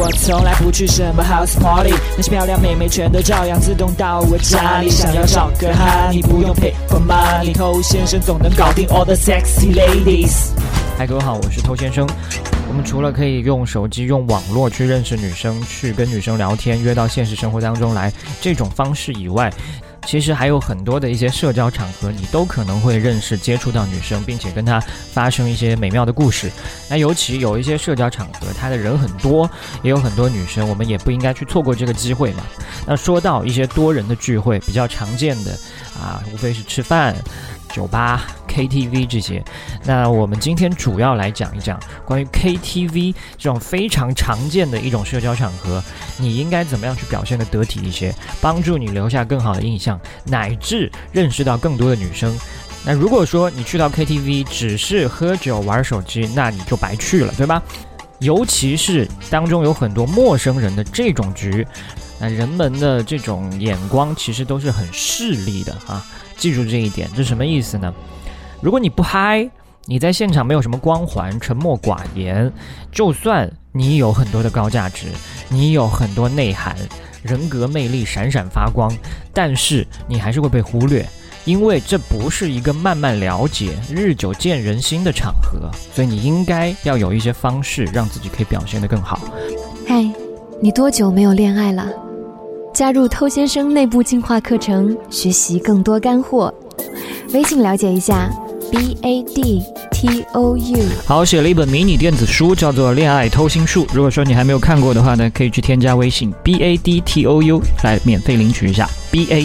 我从来不去什么 house party， 那些漂亮妹妹全都照样自动到我家里。想要找个哈，你不用 pay for money， 偷先生总能搞定 all the sexy ladies。 嗨，各位好，我是偷先生。我们除了可以用手机、用网络去认识女生，去跟女生聊天，约到现实生活当中来这种方式以外，其实还有很多的一些社交场合，你都可能会认识、接触到女生，并且跟她发生一些美妙的故事。那尤其有一些社交场合，它的人很多，也有很多女生，我们也不应该去错过这个机会嘛。那说到一些多人的聚会，比较常见的无非是吃饭、酒吧、KTV 这些。那我们今天主要来讲一讲关于 KTV 这种非常常见的一种社交场合，你应该怎么样去表现得得体一些，帮助你留下更好的印象，乃至认识到更多的女生。那如果说你去到 KTV 只是喝酒玩手机，那你就白去了，对吧？尤其是当中有很多陌生人的这种局，那人们的这种眼光其实都是很势利的记住这一点。这什么意思呢？如果你不嗨，你在现场没有什么光环，沉默寡言，就算你有很多的高价值，你有很多内涵，人格魅力闪闪发光，但是你还是会被忽略，因为这不是一个慢慢了解、日久见人心的场合，所以你应该要有一些方式让自己可以表现得更好。 嗨，你多久没有恋爱了？加入偷先生内部进化课程，学习更多干货。微信了解一下 BADTOU。 好，写了一本迷你电子书，叫做《恋爱偷心术》。如果说你还没有看过的话呢，可以去添加微信 BADTOU 来免费领取一下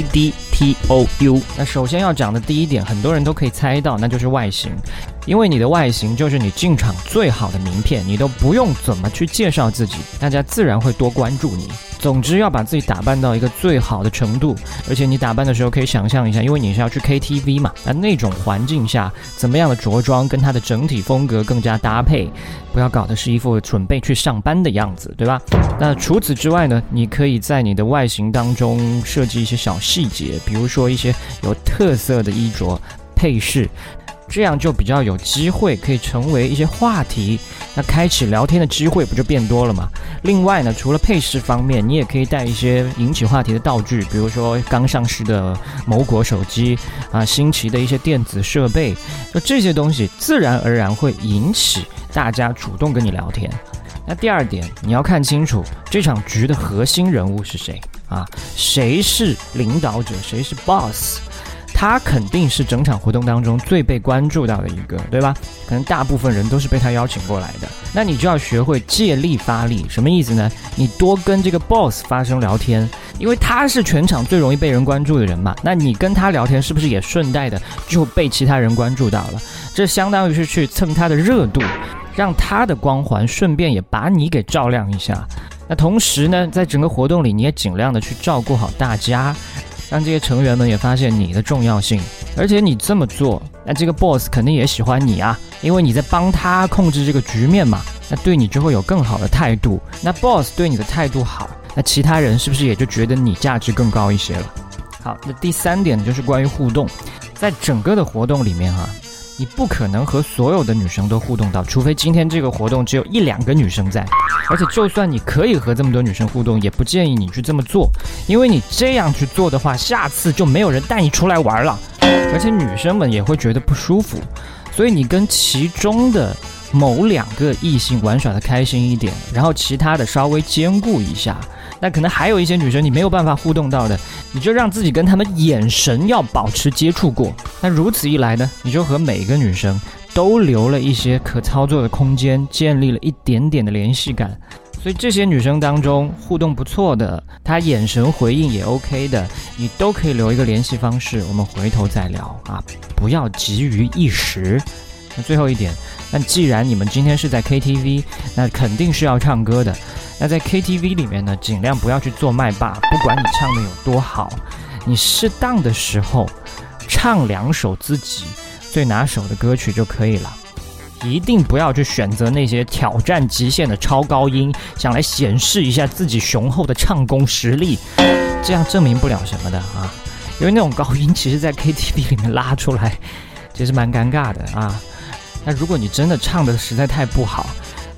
BADTOU。 那首先要讲的第一点，很多人都可以猜到，那就是外形。因为你的外形就是你进场最好的名片，你都不用怎么去介绍自己，大家自然会多关注你。总之要把自己打扮到一个最好的程度，而且你打扮的时候可以想象一下，因为你是要去 KTV 嘛，那种环境下怎么样的着装跟它的整体风格更加搭配，不要搞的是一副准备去上班的样子，对吧？那除此之外呢，你可以在你的外形当中设计一些小细节，比如说一些有特色的衣着配饰，这样就比较有机会可以成为一些话题，那开启聊天的机会不就变多了吗？另外呢，除了配饰方面，你也可以带一些引起话题的道具，比如说刚上市的某国手机新奇的一些电子设备，就这些东西自然而然会引起大家主动跟你聊天。那第二点，你要看清楚这场局的核心人物是谁谁是领导者，谁是 boss，他肯定是整场活动当中最被关注到的一个，对吧？可能大部分人都是被他邀请过来的，那你就要学会借力发力。什么意思呢？你多跟这个 boss 发生聊天，因为他是全场最容易被人关注的人嘛，那你跟他聊天是不是也顺带的就被其他人关注到了？这相当于是去蹭他的热度，让他的光环顺便也把你给照亮一下。那同时呢，在整个活动里你也尽量的去照顾好大家，让这些成员们也发现你的重要性。而且你这么做，那这个 boss 肯定也喜欢你因为你在帮他控制这个局面嘛，那对你就会有更好的态度。那 boss 对你的态度好，那其他人是不是也就觉得你价值更高一些了？好，那第三点就是关于互动。在整个的活动里面你不可能和所有的女生都互动到，除非今天这个活动只有1-2个女生在。而且就算你可以和这么多女生互动，也不建议你去这么做，因为你这样去做的话，下次就没有人带你出来玩了，而且女生们也会觉得不舒服。所以你跟其中的某2个异性玩耍的开心一点，然后其他的稍微兼顾一下。那可能还有一些女生你没有办法互动到的，你就让自己跟她们眼神要保持接触过。那如此一来呢，你就和每一个女生都留了一些可操作的空间，建立了一点点的联系感。所以这些女生当中互动不错的，她眼神回应也 OK 的，你都可以留一个联系方式，我们回头再聊不要急于一时。那最后一点，那既然你们今天是在 KTV， 那肯定是要唱歌的。那在 KTV 里面呢，尽量不要去做麦霸，不管你唱的有多好，你适当的时候唱2首自己最拿手的歌曲就可以了。一定不要去选择那些挑战极限的超高音，想来显示一下自己雄厚的唱功实力，这样证明不了什么的因为那种高音其实在 KTV 里面拉出来其实蛮尴尬的那如果你真的唱的实在太不好，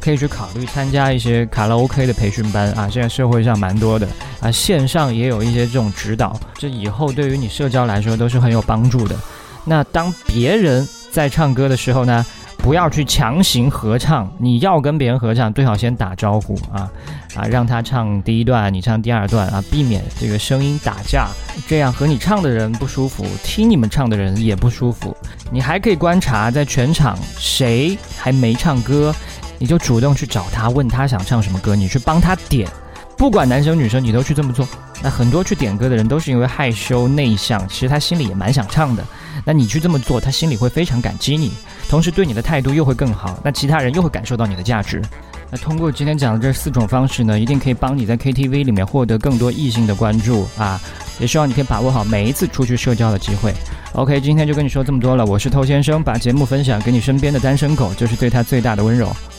可以去考虑参加一些卡拉 OK 的培训班啊，现在社会上蛮多的啊，线上也有一些这种指导，这以后对于你社交来说都是很有帮助的。那当别人在唱歌的时候呢，不要去强行合唱，你要跟别人合唱，最好先打招呼让他唱第一段，你唱第二段啊，避免这个声音打架，这样和你唱的人不舒服，听你们唱的人也不舒服。你还可以观察在全场谁还没唱歌，你就主动去找他，问他想唱什么歌，你去帮他点，不管男生女生你都去这么做。那很多去点歌的人都是因为害羞内向，其实他心里也蛮想唱的，那你去这么做，他心里会非常感激你，同时对你的态度又会更好，那其他人又会感受到你的价值。那通过今天讲的这4种方式呢，一定可以帮你在 KTV 里面获得更多异性的关注也希望你可以把握好每一次出去社交的机会。 OK， 今天就跟你说这么多了，我是偷先生，把节目分享给你身边的单身狗，就是对他最大的温柔。